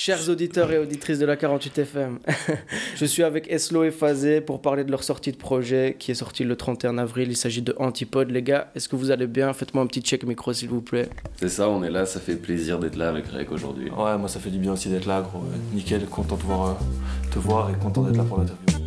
Chers auditeurs et auditrices de la 48 FM, je suis avec Eslo et Fazé pour parler de leur sortie de projet qui est sortie le 31 avril. Il s'agit de Antipode. Les gars, est-ce que vous allez bien? Faites-moi un petit check micro s'il vous plaît. C'est ça, on est là, ça fait plaisir d'être là avec Rek aujourd'hui. Ouais, moi ça fait du bien aussi d'être là, gros. Nickel, content de te voir et content d'être là pour l'interview.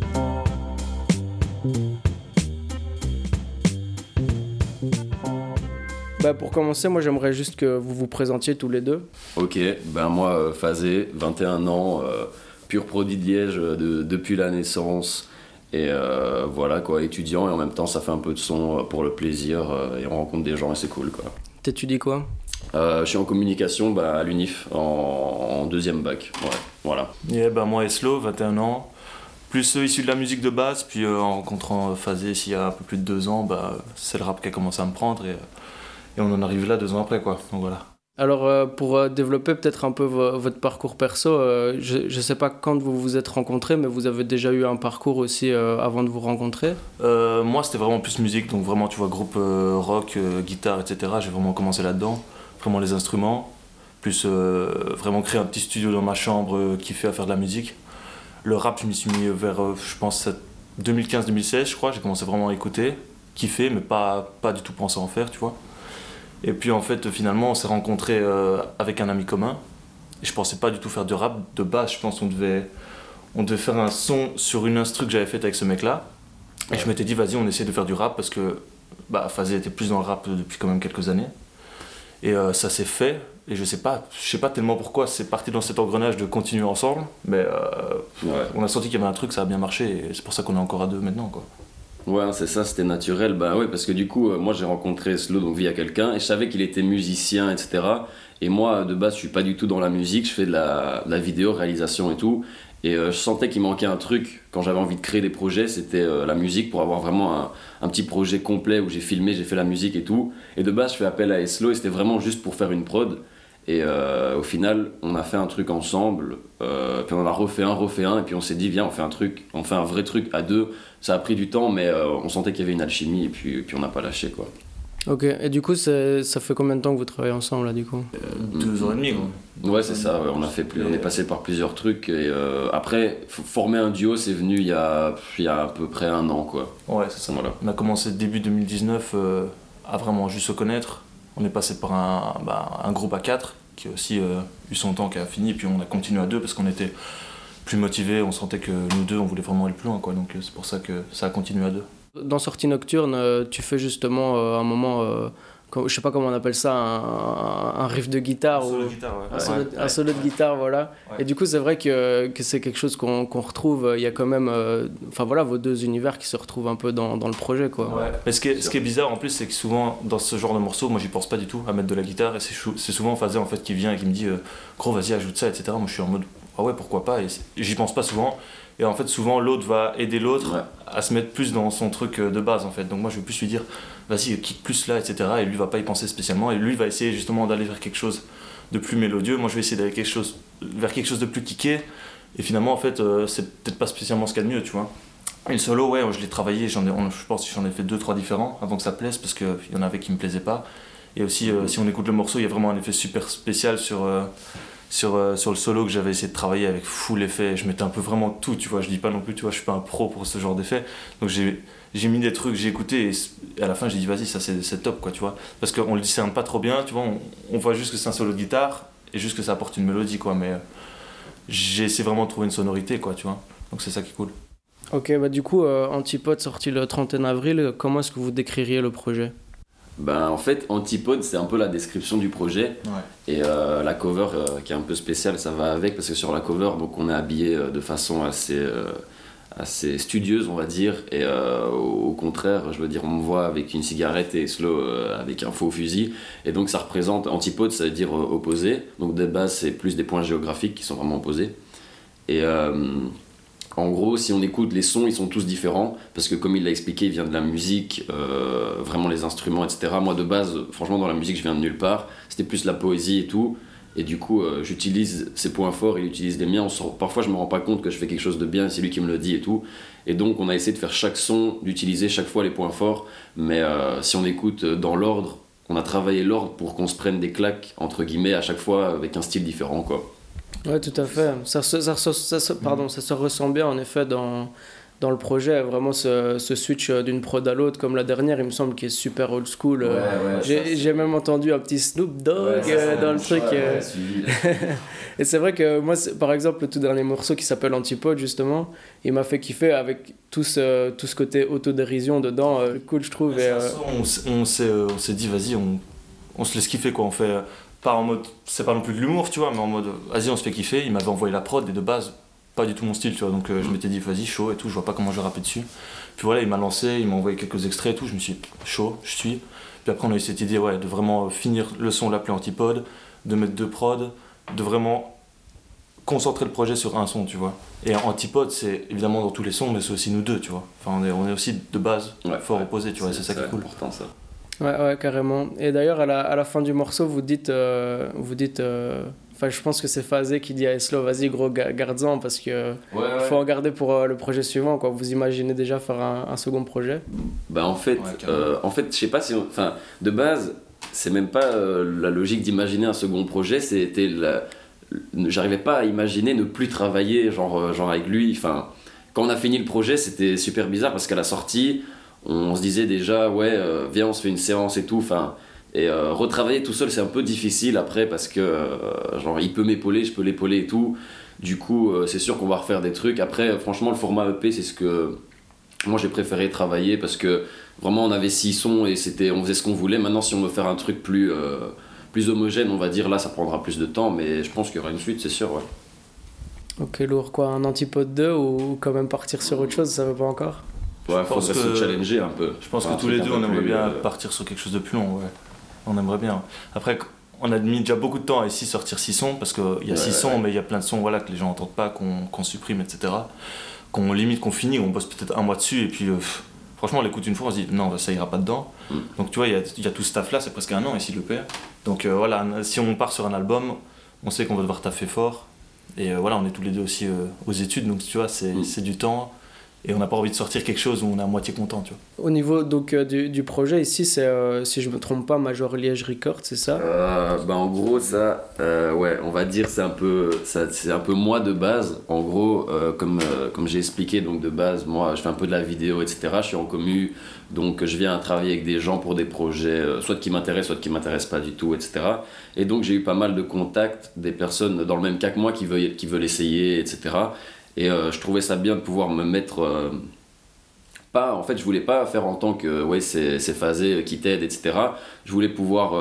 Pour commencer, moi j'aimerais juste que vous vous présentiez tous les deux. Ok, moi Fazé, 21 ans, pur produit de Liège depuis la naissance. Et voilà quoi, étudiant et en même temps ça fait un peu de son pour le plaisir et on rencontre des gens et c'est cool quoi. T'étudies quoi? Je suis en communication à l'UNIF en deuxième bac, ouais, voilà. Yeah, moi Eslo, 21 ans, plus issu de la musique de base, puis en rencontrant Fazé il y a un peu plus de 2 ans, c'est le rap qui a commencé à me prendre et on en arrive là 2 ans après quoi, donc voilà. Alors pour développer peut-être un peu votre parcours perso, je sais pas quand vous vous êtes rencontrés, mais vous avez déjà eu un parcours aussi avant de vous rencontrer? Moi c'était vraiment plus musique, donc vraiment tu vois groupe rock, guitare, etc. J'ai vraiment commencé là-dedans, vraiment les instruments, plus vraiment créer un petit studio dans ma chambre, kiffer à faire de la musique. Le rap je m'y suis mis vers, je pense 2015-2016 je crois, j'ai commencé vraiment à écouter, kiffer, mais pas du tout penser en faire, tu vois. Et puis en fait finalement on s'est rencontrés avec un ami commun et je pensais pas du tout faire de rap de base. Je pense qu'on devait faire un son sur une instru que j'avais faite avec ce mec là et je m'étais dit vas-y on essaie de faire du rap parce que Fazé était plus dans le rap depuis quand même quelques années et ça s'est fait et je sais pas tellement pourquoi c'est parti dans cet engrenage de continuer ensemble mais on a senti qu'il y avait un truc, ça a bien marché et c'est pour ça qu'on est encore à deux maintenant quoi. Ouais, c'est ça, c'était naturel. Ouais, parce que du coup, moi j'ai rencontré Eslo donc via quelqu'un et je savais qu'il était musicien, etc. Et moi, de base, je suis pas du tout dans la musique, je fais de la vidéo, réalisation et tout. Et je sentais qu'il manquait un truc quand j'avais envie de créer des projets, c'était la musique pour avoir vraiment un petit projet complet où j'ai filmé, j'ai fait la musique et tout. Et de base, je fais appel à Eslo et c'était vraiment juste pour faire une prod. Et au final, on a fait un truc ensemble, puis on en a refait un, et puis on s'est dit, viens, on fait un vrai truc à deux. Ça a pris du temps, mais on sentait qu'il y avait une alchimie, et puis on n'a pas lâché, quoi. Ok, et du coup, ça fait combien de temps que vous travaillez ensemble, là, du coup? 2 ans et demi, quoi. Ouais, c'est ça, on est passé par plusieurs trucs, et après, former un duo, c'est venu il y a à peu près 1 an, quoi. Ouais, c'est ça. Voilà. On a commencé début 2019 à vraiment juste se connaître. On est passé par un groupe à 4 qui a aussi eu son temps, qui a fini, et puis on a continué à 2 parce qu'on était plus motivés, on sentait que nous deux on voulait vraiment aller plus loin, quoi. Donc c'est pour ça que ça a continué à 2. Dans Sortie Nocturne, tu fais justement un moment, je sais pas comment on appelle ça, un riff de guitare. Un solo de guitare, ouais. Un solo de guitare, voilà. Ouais. Et du coup, c'est vrai que c'est quelque chose qu'on retrouve. Il y a quand même vos deux univers qui se retrouvent un peu dans le projet, quoi. Ouais. Mais ce qui est bizarre en plus, c'est que souvent dans ce genre de morceaux, moi j'y pense pas du tout à mettre de la guitare. Et c'est souvent Fazé en fait qui vient et qui me dit gros, vas-y, ajoute ça, etc. Moi je suis en mode ah ouais, pourquoi pas. Et j'y pense pas souvent. Et en fait, souvent l'autre va aider l'autre à se mettre plus dans son truc de base en fait. Donc moi je vais plus lui dire vas-y, kick plus là, etc. Et lui va pas y penser spécialement. Et lui va essayer justement d'aller vers quelque chose de plus mélodieux. Moi je vais essayer d'aller vers quelque chose de plus kické. Et finalement en fait, c'est peut-être pas spécialement ce qu'il y a de mieux, tu vois. Et le solo, ouais, je l'ai travaillé, je pense que j'en ai fait 2-3 différents avant que ça plaise parce qu'il y en avait qui me plaisaient pas. Et aussi, si on écoute le morceau, il y a vraiment un effet super spécial sur le solo que j'avais essayé de travailler avec full effet. Je mettais un peu vraiment tout, tu vois. Je dis pas non plus, tu vois, je suis pas un pro pour ce genre d'effet. Donc j'ai mis des trucs, j'ai écouté et à la fin j'ai dit vas-y, ça c'est top, quoi, tu vois. Parce qu'on le discerne pas trop bien, tu vois. On voit juste que c'est un solo de guitare et juste que ça apporte une mélodie, quoi. Mais j'ai essayé vraiment de trouver une sonorité, quoi, tu vois. Donc c'est ça qui est cool. Ok, du coup, Antipode sorti le 31 avril, comment est-ce que vous décririez le projet? En fait, Antipode, c'est un peu la description du projet. Ouais. Et la cover qui est un peu spéciale, ça va avec, parce que sur la cover, donc, on est habillé de façon assez studieuse, on va dire. Et au contraire, je veux dire, on me voit avec une cigarette et Slow avec un faux fusil. Et donc ça représente, Antipode, ça veut dire opposé. Donc de base, c'est plus des points géographiques qui sont vraiment opposés. Et en gros, si on écoute les sons, ils sont tous différents parce que comme il l'a expliqué, il vient de la musique, vraiment les instruments, etc. Moi de base, franchement dans la musique, je viens de nulle part. C'était plus la poésie et tout. Et du coup, j'utilise ses points forts, il utilise les miens. Parfois, je me rends pas compte que je fais quelque chose de bien, c'est lui qui me le dit et tout. Et donc, on a essayé de faire chaque son, d'utiliser chaque fois les points forts. Mais si on écoute dans l'ordre, on a travaillé l'ordre pour qu'on se prenne des claques, entre guillemets, à chaque fois avec un style différent, quoi. Ouais, tout à fait. Ça se ressent bien en effet dans le projet. Vraiment ce switch d'une prod à l'autre, comme la dernière, il me semble, qui est super old school. J'ai même entendu un petit Snoop Dogg dans le truc. Et c'est vrai que moi, par exemple, le tout dernier morceau qui s'appelle Antipode, justement, il m'a fait kiffer avec tout ce côté autodérision dedans. Cool, je trouve. On s'est dit, vas-y, on se laisse kiffer, quoi. On fait. Pas en mode, c'est pas non plus de l'humour, tu vois, mais en mode, vas-y, on se fait kiffer. Il m'avait envoyé la prod et de base, pas du tout mon style, tu vois. Donc je m'étais dit, vas-y, chaud et tout, je vois pas comment je vais rapper dessus. Puis voilà, il m'a lancé, il m'a envoyé quelques extraits et tout, je me suis dit, chaud, je suis. Puis après, on a eu cette idée, ouais, de vraiment finir le son, l'appeler Antipode, de mettre deux prods, de vraiment concentrer le projet sur un son, tu vois. Et Antipode, c'est évidemment dans tous les sons, mais c'est aussi nous deux, tu vois. Enfin, on est aussi de base fort opposés, tu vois, c'est ça qui est cool. Important, ça. Ouais, carrément. Et d'ailleurs, à la fin du morceau, vous dites, enfin, je pense que c'est Phasé qui dit à Eslo, vas-y gros, garde-en, parce que faut en garder pour le projet suivant, quoi. Vous imaginez déjà faire un second projet? Bah en fait, je sais pas si, enfin, de base, c'est même pas la logique d'imaginer un second projet, j'arrivais pas à imaginer ne plus travailler genre avec lui. Enfin, quand on a fini le projet, c'était super bizarre parce qu'à la sortie, on se disait déjà viens, on se fait une séance et tout. Enfin, et retravailler tout seul, c'est un peu difficile après parce que genre il peut m'épauler, je peux l'épauler et tout. Du coup, c'est sûr qu'on va refaire des trucs. Après, franchement, le format EP, c'est ce que moi j'ai préféré travailler parce que vraiment on avait 6 sons et on faisait ce qu'on voulait. Maintenant, si on veut faire un truc plus homogène, on va dire, là ça prendra plus de temps, mais je pense qu'il y aura une suite, c'est sûr. Ouais. Ok, lourd, quoi, un Antipode 2 ou quand même partir sur autre chose, ça veut pas encore? Ouais, faudrait se challenger un peu. Je pense que tous les deux on aimerait bien partir sur quelque chose de plus long, ouais. On aimerait bien. Après, on a mis déjà beaucoup de temps à ici sortir 6 sons, parce qu'il y a 6 sons, mais il y a plein de sons que les gens n'entendent pas, qu'on supprime, etc. Qu'on limite, qu'on finit, on bosse peut-être un mois dessus, et puis franchement on l'écoute une fois, on se dit non, ça ira pas dedans. Donc tu vois, il y a tout ce taf là, c'est presque un an ici le père. Donc voilà, si on part sur un album, on sait qu'on va devoir taffer fort. Et voilà, on est tous les deux aussi aux études, donc tu vois, c'est du temps. Et on n'a pas envie de sortir quelque chose où on est à moitié content, tu vois. Au niveau donc, du projet ici, c'est, si je me trompe pas, Major Liège Records, c'est ça? En gros, ça, on va dire c'est un peu moi de base. En gros, comme j'ai expliqué, donc de base, moi, je fais un peu de la vidéo, etc. Je suis en commu, donc je viens travailler avec des gens pour des projets, soit qui m'intéressent, soit qui m'intéressent pas du tout, etc. Et donc j'ai eu pas mal de contacts, des personnes dans le même cas que moi qui veulent essayer, etc. Et je trouvais ça bien de pouvoir me mettre en fait je voulais pas faire en tant que c'est Phasé qui t'aide, etc. Je voulais pouvoir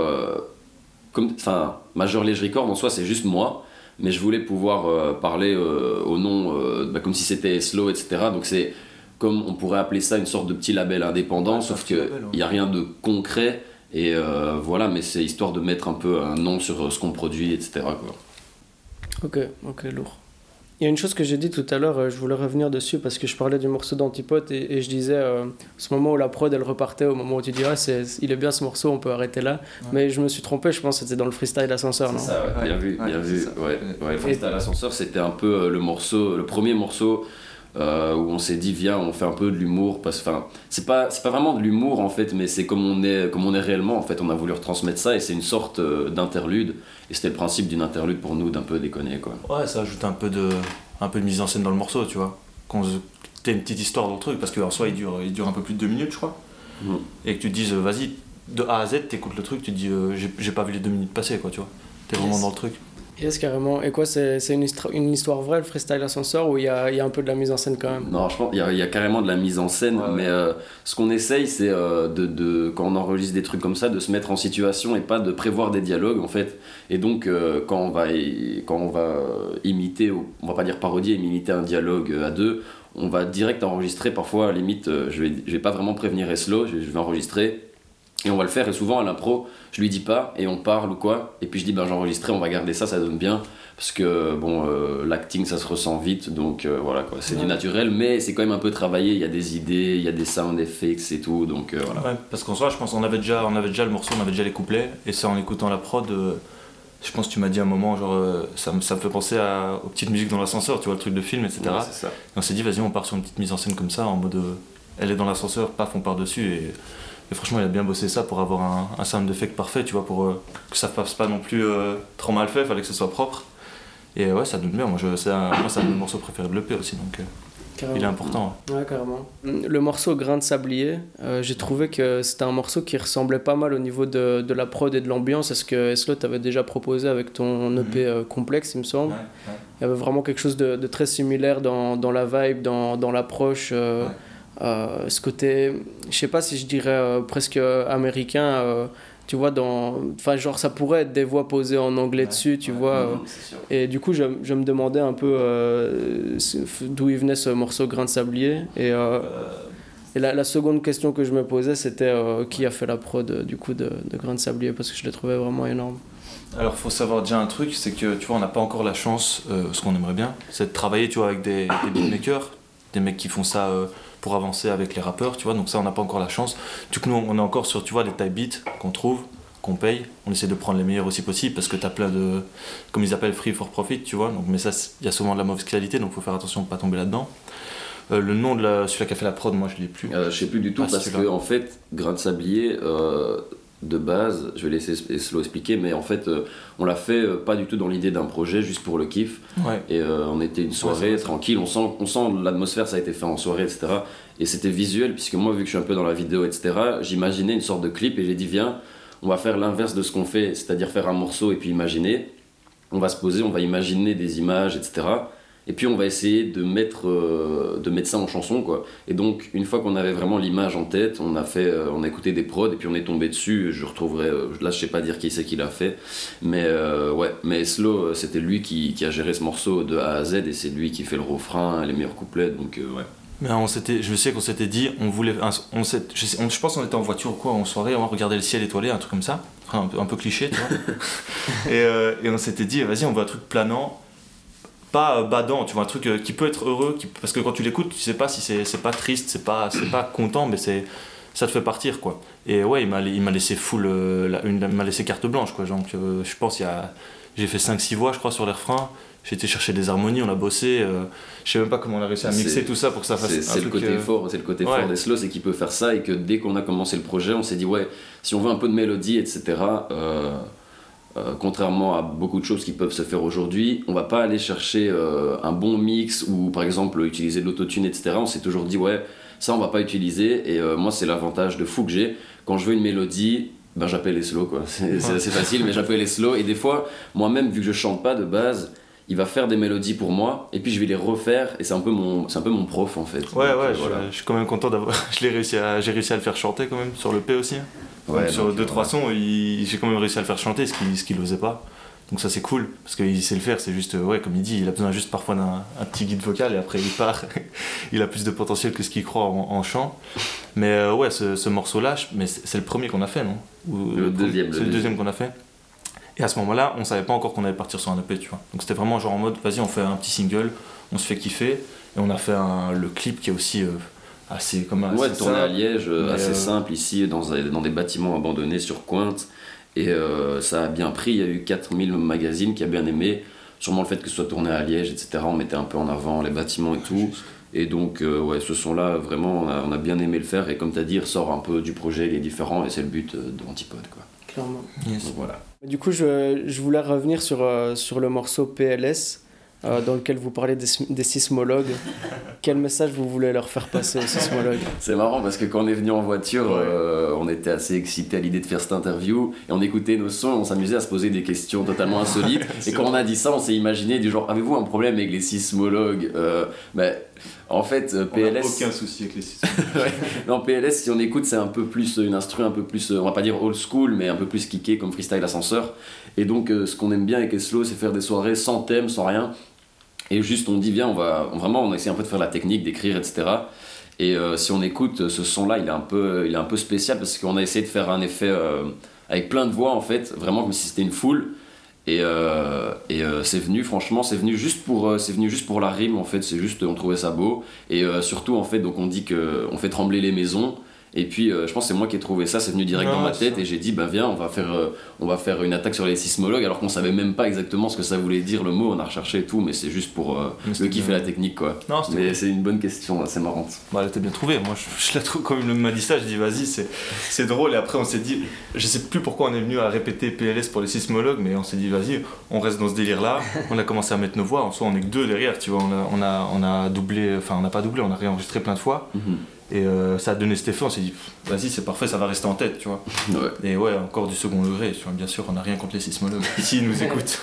Major Liège Records en soi c'est juste moi, mais je voulais pouvoir parler au nom comme si c'était Eslo, etc. Donc c'est comme on pourrait appeler ça une sorte de petit label indépendant, sauf qu'il n'y a rien de concret et voilà, mais c'est histoire de mettre un peu un nom sur ce qu'on produit, etc. quoi. Ok, lourd. Il y a une chose que j'ai dit tout à l'heure, je voulais revenir dessus parce que je parlais du morceau d'Antipode et je disais ce moment où la prod elle repartait, au moment où tu dis il est bien ce morceau, on peut arrêter là. Ouais. Mais je me suis trompé, je pense que c'était dans le freestyle ascenseur, non? C'est ça, bien vu. Le freestyle ascenseur c'était un peu le premier morceau où on s'est dit viens, on fait un peu de l'humour c'est pas vraiment de l'humour en fait, mais c'est comme on est réellement en fait. On a voulu retransmettre ça et c'est une sorte d'interlude. Et c'était le principe d'une interlude pour nous, d'un peu déconner, quoi. Ouais, ça ajoute un peu de mise en scène dans le morceau, tu vois. Quand t'as une petite histoire dans le truc, parce qu'en soi, il dure un peu plus de 2 minutes, je crois. Et que tu te dises, vas-y, de A à Z, t'écoutes le truc, tu te dis, j'ai pas vu les 2 minutes passer, quoi, tu vois. T'es vraiment dans le truc. Yes, carrément. Et quoi, c'est une histoire vraie, le freestyle ascenseur, ou il y a un peu de la mise en scène quand même? Non, je pense qu'il y a carrément de la mise en scène, mais ce qu'on essaye, c'est quand on enregistre des trucs comme ça, de se mettre en situation et pas de prévoir des dialogues, en fait. Et donc, quand on va imiter, on va pas dire parodier, mais imiter un dialogue à deux, on va direct enregistrer. Parfois, à la limite, je vais pas vraiment prévenir Eslo, je vais enregistrer. Et on va le faire, et souvent à l'impro, je lui dis pas, et on parle ou quoi, et puis je dis j'ai enregistré, on va garder ça donne bien, parce que l'acting ça se ressent vite, donc voilà quoi, c'est du naturel, mais c'est quand même un peu travaillé, il y a des idées, il y a des sound effects et tout, donc voilà. Ouais, parce qu'en soi, je pense qu'on avait déjà le morceau, on avait déjà les couplets, et c'est en écoutant la prod, je pense que tu m'as dit à un moment, ça me fait penser aux petites musiques dans l'ascenseur, tu vois, le truc de film, etc. Ouais, c'est ça. Et on s'est dit, vas-y, on part sur une petite mise en scène comme ça, en mode, elle est dans l'ascenseur, paf, on part dessus, et franchement, il a bien bossé ça pour avoir un sound effect parfait, tu vois, pour que ça fasse pas non plus trop mal fait, fallait que ce soit propre. Et ouais, ça donne bien. Moi, c'est un de mes morceaux préférés de l'EP aussi, donc il est important. Ouais, carrément. Le morceau Grain de sablier, j'ai trouvé que c'était un morceau qui ressemblait pas mal au niveau de la prod et de l'ambiance. Est-ce que Eslo t'avait déjà proposé avec ton EP Complexe, il me semble. Ouais. Il y avait vraiment quelque chose de très similaire dans la vibe, dans l'approche. Ce côté, je sais pas si je dirais presque américain, tu vois, enfin genre ça pourrait être des voix posées en anglais dessus, tu vois. Et du coup je me demandais un peu d'où il venait ce morceau Grain de sablier. Et la seconde question que je me posais, c'était qui a fait la prod du coup de Grain de sablier, parce que je l'ai trouvé vraiment énorme. Alors, il faut savoir déjà un truc, c'est que tu vois, on n'a pas encore la chance, ce qu'on aimerait bien, c'est de travailler, tu vois, avec des beatmakers, des mecs qui font ça pour avancer avec les rappeurs, tu vois, donc ça, on n'a pas encore la chance. Du coup, nous, on est encore sur, tu vois, les type beats qu'on trouve, qu'on paye, on essaie de prendre les meilleurs aussi possible, parce que t'as plein de, comme ils appellent, free for profit, tu vois, donc, mais ça, il y a souvent de la mauvaise qualité, donc il faut faire attention de ne pas tomber là-dedans. Le nom de celui-là qui a fait la prod, moi, je ne l'ai plus. Je sais plus du tout, parce que, en fait, Grain de sablier... de base, je vais laisser Eslo expliquer, mais en fait on l'a fait pas du tout dans l'idée d'un projet, juste pour le kiff. Et on était une soirée tranquille, on sent l'atmosphère, ça a été fait en soirée, etc. Et c'était visuel, puisque moi, vu que je suis un peu dans la vidéo, etc., j'imaginais une sorte de clip et j'ai dit viens, on va faire l'inverse de ce qu'on fait, c'est-à-dire faire un morceau et puis imaginer. On va se poser, on va imaginer des images, etc. Et puis on va essayer de mettre ça en chanson, quoi. Et donc une fois qu'on avait vraiment l'image en tête, on a écouté des prods et puis on est tombé dessus. Je retrouverai, là je sais pas dire qui c'est qui l'a fait, mais ouais. Mais Eslo, c'était lui qui a géré ce morceau de A à Z et c'est lui qui fait le refrain, les meilleurs couplets, donc ouais. Mais je sais qu'on s'était dit, je pense qu'on était en voiture ou quoi, en soirée, on regardait le ciel étoilé, un truc comme ça, un peu cliché, tu vois. et on s'était dit, vas-y, on veut un truc planant. Pas badant, tu vois, un truc qui peut être heureux, parce que quand tu l'écoutes, tu sais pas si c'est pas triste, c'est pas content, mais ça te fait partir, quoi. Et ouais, il m'a laissé il m'a laissé carte blanche, quoi. Donc je pense j'ai fait 5-6 voix, je crois, sur les refrains. J'ai été chercher des harmonies, on a bossé. Je sais même pas comment on a réussi à mixer tout ça pour que ça fasse c'est le côté fort, c'est le côté fort d'Eslo, c'est qu'il peut faire ça, et que dès qu'on a commencé le projet, on s'est dit ouais, si on veut un peu de mélodie, etc. Contrairement à beaucoup de choses qui peuvent se faire aujourd'hui, on va pas aller chercher un bon mix ou par exemple utiliser de l'autotune, etc. On s'est toujours dit ouais, ça on va pas utiliser, et moi c'est l'avantage de fou que j'ai. Quand je veux une mélodie, ben j'appelle Eslo, quoi. C'est assez facile, mais j'appelle Eslo, et des fois moi-même, vu que je chante pas de base, il va faire des mélodies pour moi et puis je vais les refaire, et c'est un peu mon prof en fait. Ouais, donc, voilà. Je suis quand même content d'avoir j'ai réussi à le faire chanter quand même sur le P aussi. Ouais, sur 2-3 sons, j'ai quand même réussi à le faire chanter, ce qu'il osait pas. Donc ça c'est cool, parce qu'il sait le faire, c'est juste, ouais, comme il dit, il a besoin juste parfois d'un petit guide vocal, et après il part. Il a plus de potentiel que ce qu'il croit en chant. Mais ouais, ce morceau-là, mais c'est le premier qu'on a fait, non? Le deuxième. C'est le deuxième qu'on a fait. Et à ce moment-là, on savait pas encore qu'on allait partir sur un EP, tu vois. Donc c'était vraiment genre en mode, vas-y, on fait un petit single, on se fait kiffer, et on a fait le clip qui est aussi... assez tourné à Liège, assez simple ici, dans des bâtiments abandonnés sur Cointe, et ça a bien pris. Il y a eu 4000 magazines qui a bien aimé, sûrement le fait que ce soit tourné à Liège, etc. On mettait un peu en avant les bâtiments et tout, et donc ouais, ce son-là, vraiment on a bien aimé le faire, et comme tu as dit, il ressort un peu du projet, il est différent, et c'est le but d'Antipode, quoi. Clairement. Yes. Donc, voilà. Du coup, je voulais revenir sur le morceau PLS, dans lequel vous parlez des sismologues. Quel message vous voulez leur faire passer aux sismologues? C'est marrant parce que quand on est venu en voiture, on était assez excités à l'idée de faire cette interview, et on écoutait nos sons, on s'amusait à se poser des questions totalement insolites. Et quand on a dit ça, on s'est imaginé du genre, avez-vous un problème avec les sismologues? En fait, PLS... On n'a aucun souci avec les sismologues. Ouais. Non, PLS, si on écoute, c'est un peu plus une instru, un peu plus, on va pas dire old school, mais un peu plus kické, comme Freestyle Ascenseur. Et donc, ce qu'on aime bien avec Eslo, c'est faire des soirées sans thème, sans rien. Et juste, on dit, viens, on essaie un peu de faire la technique, d'écrire, etc. Et si on écoute ce son-là, il est un peu spécial, parce qu'on a essayé de faire un effet avec plein de voix, en fait, vraiment comme si c'était une foule. Et c'est venu, franchement, c'est venu juste pour la rime, en fait. C'est juste, on trouvait ça beau. Et surtout, en fait, donc on dit qu'on fait trembler les maisons. Et puis je pense que c'est moi qui ai trouvé ça, c'est venu direct dans ma tête et j'ai dit bah viens, on va faire une attaque sur les sismologues alors qu'on savait même pas exactement ce que ça voulait dire le mot, on a recherché et tout, mais c'est juste pour le kiff et la technique quoi. Non, mais cool. C'est une bonne question, c'est marrant. Bah elle était bien trouvée, moi je la trouve, comme il m'a dit ça, je dis vas-y c'est drôle, et après on s'est dit, je sais plus pourquoi on est venu à répéter PLS pour les sismologues, mais on s'est dit vas-y, on reste dans ce délire là, on a commencé à mettre nos voix, en soi on est que deux derrière, tu vois, on a doublé, enfin on n'a pas doublé, on a réenregistré plein de fois. Et ça a donné cet effet, on s'est dit vas-y c'est parfait, ça va rester en tête, tu vois. Ouais. Et ouais, encore du second degré, tu vois, bien sûr on n'a rien contre les sismologues, ici ils nous écoutent.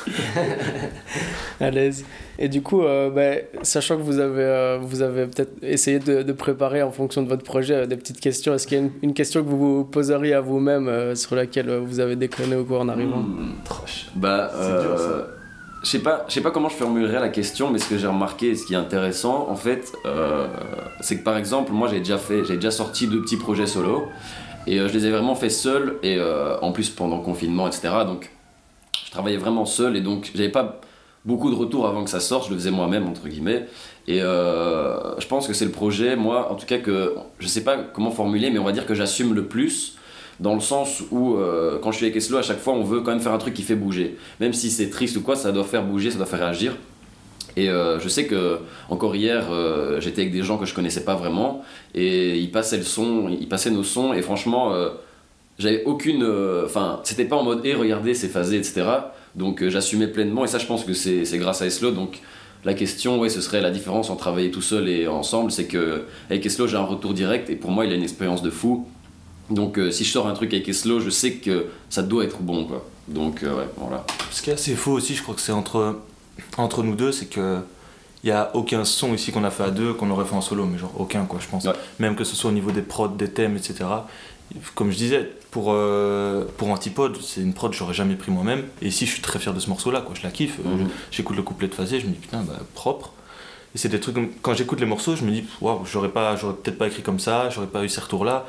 À l'aise. Et du coup, sachant que vous avez peut-être essayé de préparer en fonction de votre projet des petites questions, est-ce qu'il y a une question que vous vous poseriez à vous-même sur laquelle vous avez déconné ou quoi en arrivant? C'est dur ça. Je sais pas comment je formulerais la question, mais ce que j'ai remarqué et ce qui est intéressant, en fait, c'est que par exemple, moi j'ai déjà sorti 2 petits projets solo, et je les ai vraiment fait seul, et en plus pendant le confinement, etc. Donc je travaillais vraiment seul, et donc j'avais pas beaucoup de retours avant que ça sorte, je le faisais moi-même, entre guillemets, et je pense que c'est le projet, moi, en tout cas, que je sais pas comment formuler, mais on va dire que j'assume le plus. Dans le sens où quand je suis avec Eslo, à chaque fois on veut quand même faire un truc qui fait bouger, même si c'est triste ou quoi, ça doit faire bouger, ça doit faire réagir. Et je sais que encore hier j'étais avec des gens que je connaissais pas vraiment et ils passaient nos sons, et franchement j'avais aucune, c'était pas en mode regardez c'est phasé, etc. Donc j'assumais pleinement, et ça je pense que c'est grâce à Eslo. Donc la question, ce serait la différence entre travailler tout seul et ensemble, c'est que avec Eslo j'ai un retour direct, et pour moi il a une expérience de fou. Donc si je sors un truc avec Eslo, je sais que ça doit être bon quoi. Donc ouais, voilà. Ce qui est assez faux aussi, je crois que c'est entre nous deux, c'est que il y a aucun son ici qu'on a fait à deux qu'on aurait fait en solo, mais genre aucun quoi, je pense. Ouais. Même que ce soit au niveau des prods, des thèmes, etc. Comme je disais, pour Antipode, c'est une prod que j'aurais jamais pris moi-même, et ici je suis très fier de ce morceau là quoi, je la kiffe. J'écoute le couplet de Phasé, je me dis putain propre. Et c'est des trucs comme, quand j'écoute les morceaux, je me dis waouh, j'aurais peut-être pas écrit comme ça, j'aurais pas eu ces retours là.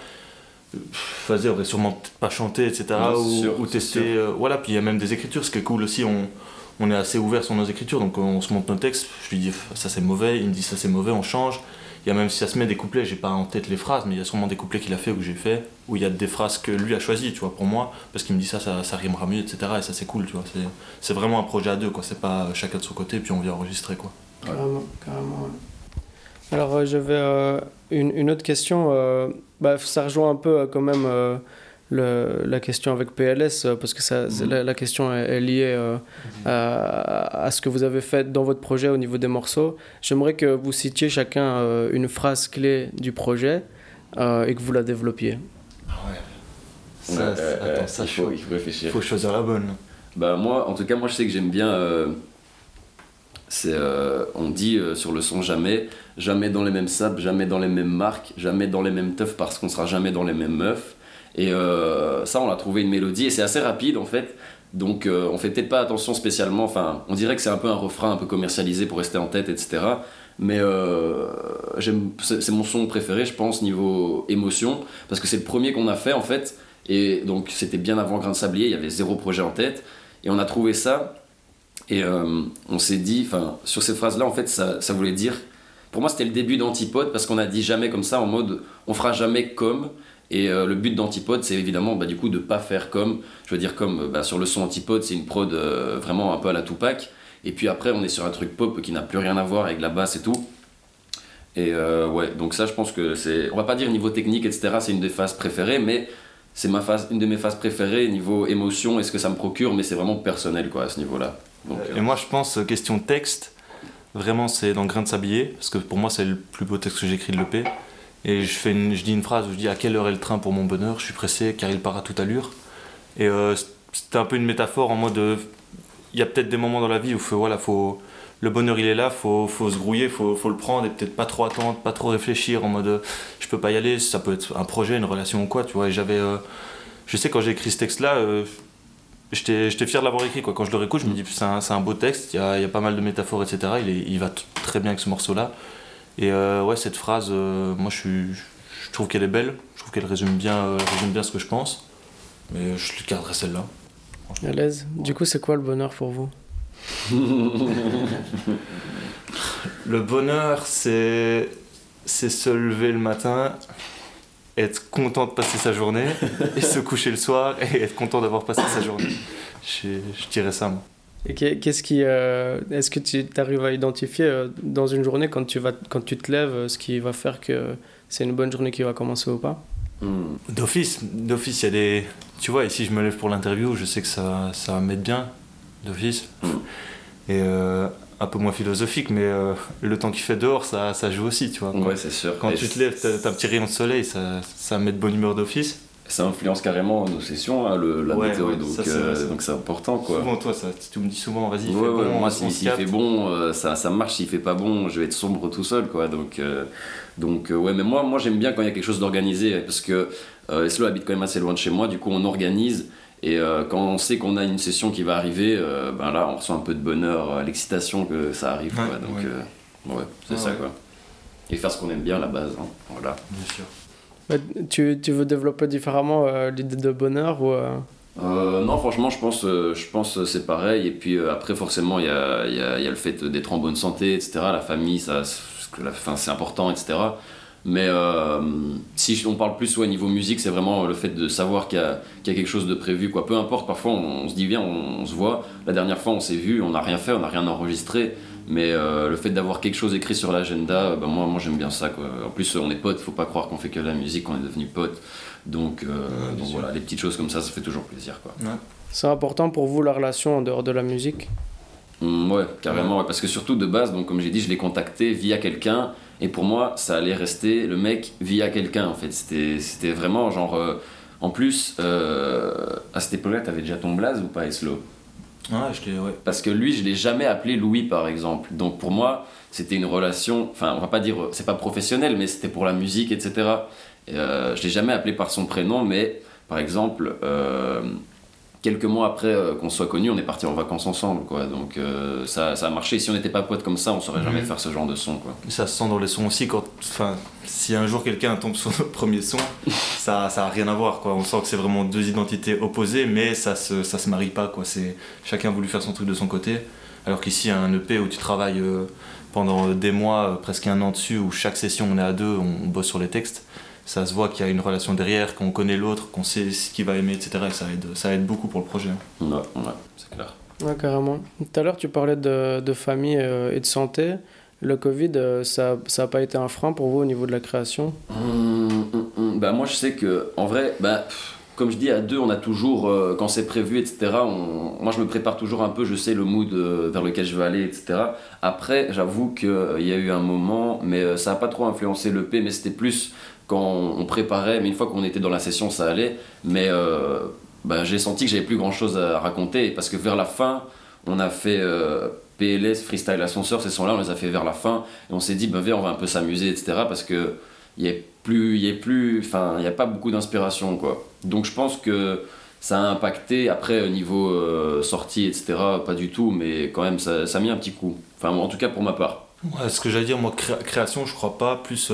Phasé aurait sûrement pas chanté, etc. ou testé. Voilà, puis il y a même des écritures, ce qui est cool aussi, on est assez ouvert sur nos écritures, donc on se montre nos textes. Je lui dis ça c'est mauvais, il me dit ça c'est mauvais, on change. Il y a même, si ça se met des couplets, j'ai pas en tête les phrases, mais il y a sûrement des couplets qu'il a fait ou que j'ai fait, où il y a des phrases que lui a choisies, tu vois, pour moi, parce qu'il me dit ça rimera mieux, etc. Et ça c'est cool, tu vois. C'est vraiment un projet à deux, quoi. C'est pas chacun de son côté, puis on vient enregistrer, quoi. Carrément, ouais. Alors j'avais une autre question, ça rejoint un peu quand même la question avec PLS, parce que la question est liée à ce que vous avez fait dans votre projet au niveau des morceaux. J'aimerais que vous citiez chacun une phrase clé du projet et que vous la développiez. Attends, il faut réfléchir. Il faut choisir la bonne. Moi, en tout cas, je sais que j'aime bien... on dit sur le son jamais dans les mêmes sables, jamais dans les mêmes marques, jamais dans les mêmes teufs, parce qu'on sera jamais dans les mêmes meufs. Et ça on a trouvé une mélodie, et c'est assez rapide en fait, donc on fait peut-être pas attention spécialement, on dirait que c'est un peu un refrain un peu commercialisé pour rester en tête, etc. Mais c'est mon son préféré je pense niveau émotion, parce que c'est le premier qu'on a fait en fait, et donc c'était bien avant Grain de Sablier, il y avait 0 projet en tête, et on a trouvé ça. Et on s'est dit, sur cette phrase-là, en fait, ça voulait dire... Pour moi, c'était le début d'Antipode, parce qu'on a dit jamais comme ça, en mode, on fera jamais comme. Et le but d'Antipode, c'est évidemment, du coup, de pas faire comme. Je veux dire, comme sur le son Antipode, c'est une prod vraiment un peu à la Tupac. Et puis après, on est sur un truc pop qui n'a plus rien à voir avec la basse et tout. Et ouais, donc ça, je pense que c'est... On va pas dire niveau technique, etc., c'est une des phases préférées, mais... C'est une de mes phases préférées niveau émotion et ce que ça me procure, mais c'est vraiment personnel quoi, à ce niveau-là. Donc, et moi je pense, question texte, vraiment c'est dans Grain de Sablier, parce que pour moi c'est le plus beau texte que j'ai écrit de l'EP. Et je dis une phrase où je dis à quelle heure est le train pour mon bonheur, je suis pressé car il part à toute allure. Et c'était un peu une métaphore en mode, il y a peut-être des moments dans la vie où le bonheur il est là, faut se grouiller, faut le prendre et peut-être pas trop attendre, pas trop réfléchir en mode je peux pas y aller, ça peut être un projet, une relation ou quoi, tu vois. Et je sais quand j'ai écrit ce texte là, j'étais fier de l'avoir écrit quoi. Quand je le réécoute je me dis c'est un beau texte, il y a pas mal de métaphores etc. Il va très bien avec ce morceau là. Et ouais, cette phrase, moi je trouve qu'elle est belle, je trouve qu'elle résume bien ce que je pense, mais je lui garderai celle-là. À l'aise. Du coup c'est quoi le bonheur pour vous? Le bonheur, c'est se lever le matin être content de passer sa journée et se coucher le soir et être content d'avoir passé sa journée. Je dirais ça, moi. Et qu'est-ce qui, est-ce que tu arrives à identifier dans une journée quand tu te lèves ce qui va faire que c'est une bonne journée qui va commencer ou pas? D'office, il y a des... Tu vois, ici je me lève pour l'interview, je sais que ça va m'être bien, d'office. Et un peu moins philosophique, mais le temps qu'il fait dehors, ça joue aussi, tu vois. Ouais, c'est sûr. Quand tu te lèves, t'as un petit rayon de soleil, ça met de bonne humeur d'office. Ça influence carrément nos sessions, hein, la météo, donc c'est important, quoi. Souvent, toi, tu me dis souvent, vas-y, il fait bon. bon. Moi, s'il fait bon, ça marche. S'il fait pas bon, je vais être sombre tout seul, quoi. Donc ouais, mais moi j'aime bien quand il y a quelque chose d'organisé, parce que Eslo habite quand même assez loin de chez moi, du coup on organise. Et quand on sait qu'on a une session qui va arriver, ben là on ressent un peu de bonheur, l'excitation que ça arrive, quoi. Donc c'est ça, quoi. Et faire ce qu'on aime bien à la base, hein. Voilà. Bien sûr. Tu veux développer différemment l'idée de bonheur ou non, franchement, je pense c'est pareil. Et puis après, forcément, il y a le fait d'être en bonne santé, etc. La famille, c'est important, etc. Mais si on parle plus au niveau musique, c'est vraiment le fait de savoir qu'il y a quelque chose de prévu, quoi. Peu importe, parfois on se dit viens, on se voit. La dernière fois, on s'est vu, on n'a rien fait, on n'a rien enregistré. Mais le fait d'avoir quelque chose écrit sur l'agenda, moi j'aime bien ça, quoi. En plus, on est potes, faut pas croire qu'on fait que de la musique, on est devenus potes. Donc voilà, les petites choses comme ça fait toujours plaisir, quoi. Ouais. C'est important pour vous la relation en dehors de la musique? Ouais, carrément, ouais, parce que surtout de base, donc comme j'ai dit, je l'ai contacté via quelqu'un, et pour moi, ça allait rester le mec via quelqu'un, en fait. C'était vraiment genre... en plus, à cette époque-là, t'avais déjà ton blaze ou pas, Eslo? Ouais. Parce que lui, je l'ai jamais appelé Louis, par exemple. Donc pour moi, c'était une relation... Enfin, on va pas dire... C'est pas professionnel, mais c'était pour la musique, etc. Et, je l'ai jamais appelé par son prénom, mais par exemple... quelques mois après qu'on soit connus, on est partis en vacances ensemble, quoi. Donc ça a marché. Si on n'était pas potes comme ça, on saurait jamais faire ce genre de son, quoi. Ça se sent dans les sons aussi. Si un jour quelqu'un tombe sur notre premier son, ça a rien à voir, quoi. On sent que c'est vraiment deux identités opposées, mais ça se marie pas, quoi. Chacun a voulu faire son truc de son côté. Alors qu'ici, un EP où tu travailles pendant des mois, presque un an dessus, où chaque session on est à deux, on bosse sur les textes. Ça se voit qu'il y a une relation derrière, qu'on connaît l'autre, qu'on sait ce qu'il va aimer, etc. Et ça aide beaucoup pour le projet. Ouais, c'est clair. Ouais, carrément. Tout à l'heure, tu parlais de famille et de santé. Le Covid, ça n'a pas été un frein pour vous au niveau de la création? Bah moi, je sais que, en vrai, comme je dis, à deux, on a toujours, quand c'est prévu, etc., moi, je me prépare toujours un peu, je sais le mood vers lequel je veux aller, etc. Après, j'avoue qu'il y a eu un moment, mais ça n'a pas trop influencé l'EP, mais c'était plus... quand on préparait, mais une fois qu'on était dans la session, ça allait. Mais j'ai senti que j'avais plus grand chose à raconter, parce que vers la fin, on a fait PLS, Freestyle Ascenseur, ces sons-là, on les a fait vers la fin, et on s'est dit, viens, on va un peu s'amuser, etc., parce que il y a pas beaucoup d'inspiration, quoi. Donc je pense que ça a impacté. Après, au niveau sortie, etc., pas du tout, mais quand même, ça a mis un petit coup. Enfin, en tout cas, pour ma part. Ouais, ce que j'allais dire, moi, création, je crois pas, plus...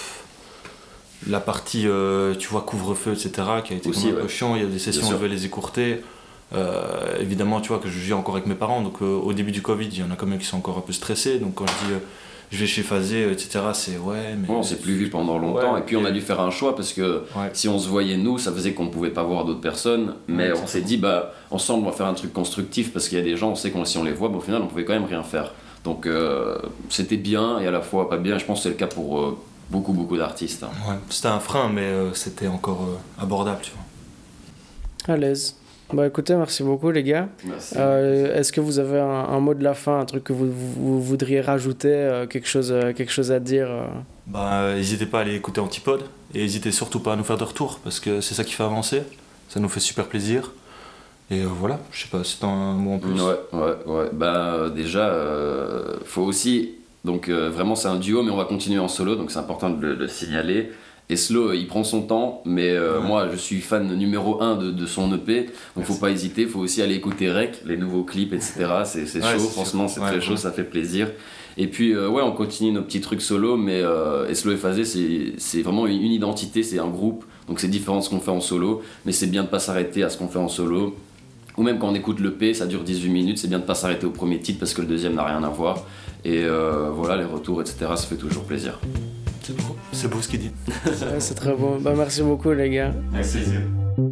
la partie, tu vois, couvre-feu, etc., qui a été aussi, un peu chiant. Il y a des sessions où je vais les écourter. Évidemment, tu vois, que je vis encore avec mes parents. Donc, au début du Covid, il y en a quand même qui sont encore un peu stressés. Donc, quand je dis je vais chez Phasé, etc., c'est ouais. Mais on s'est plus vu pendant longtemps. Et puis, on a dû faire un choix parce que si on se voyait nous, ça faisait qu'on ne pouvait pas voir d'autres personnes. Mais on s'est dit, ensemble, on va faire un truc constructif parce qu'il y a des gens, on sait que si on les voit, au final, on pouvait quand même rien faire. Donc, c'était bien et à la fois pas bien. Je pense que c'est le cas pour. Beaucoup d'artistes. Hein. Ouais, c'était un frein, mais c'était encore abordable, tu vois. À l'aise. Écoutez, merci beaucoup les gars. Merci. Est-ce que vous avez un mot de la fin, un truc que vous voudriez rajouter, quelque chose à dire n'hésitez pas à aller écouter Antipode et n'hésitez surtout pas à nous faire de retour parce que c'est ça qui fait avancer. Ça nous fait super plaisir. Et voilà, je sais pas, c'est un mot en plus. Ouais. Déjà, faut aussi... Donc vraiment c'est un duo mais on va continuer en solo, donc c'est important de le signaler. Eslo il prend son temps, mais moi je suis fan numéro 1 de son EP, donc faut pas hésiter, faut aussi aller écouter Rec, les nouveaux clips, etc. C'est chaud, franchement c'est très chaud, ça fait plaisir. Et puis on continue nos petits trucs solo, mais Eslo et Phasé c'est vraiment une identité, c'est un groupe, donc c'est différent de ce qu'on fait en solo, mais c'est bien de pas s'arrêter à ce qu'on fait en solo. Ou même quand on écoute l'EP, ça dure 18 minutes, c'est bien de pas s'arrêter au premier titre parce que le deuxième n'a rien à voir. Et voilà, les retours, etc., ça fait toujours plaisir. C'est beau. C'est beau ce qu'il dit. Ouais, c'est très bon. Bah, merci beaucoup, les gars. Merci.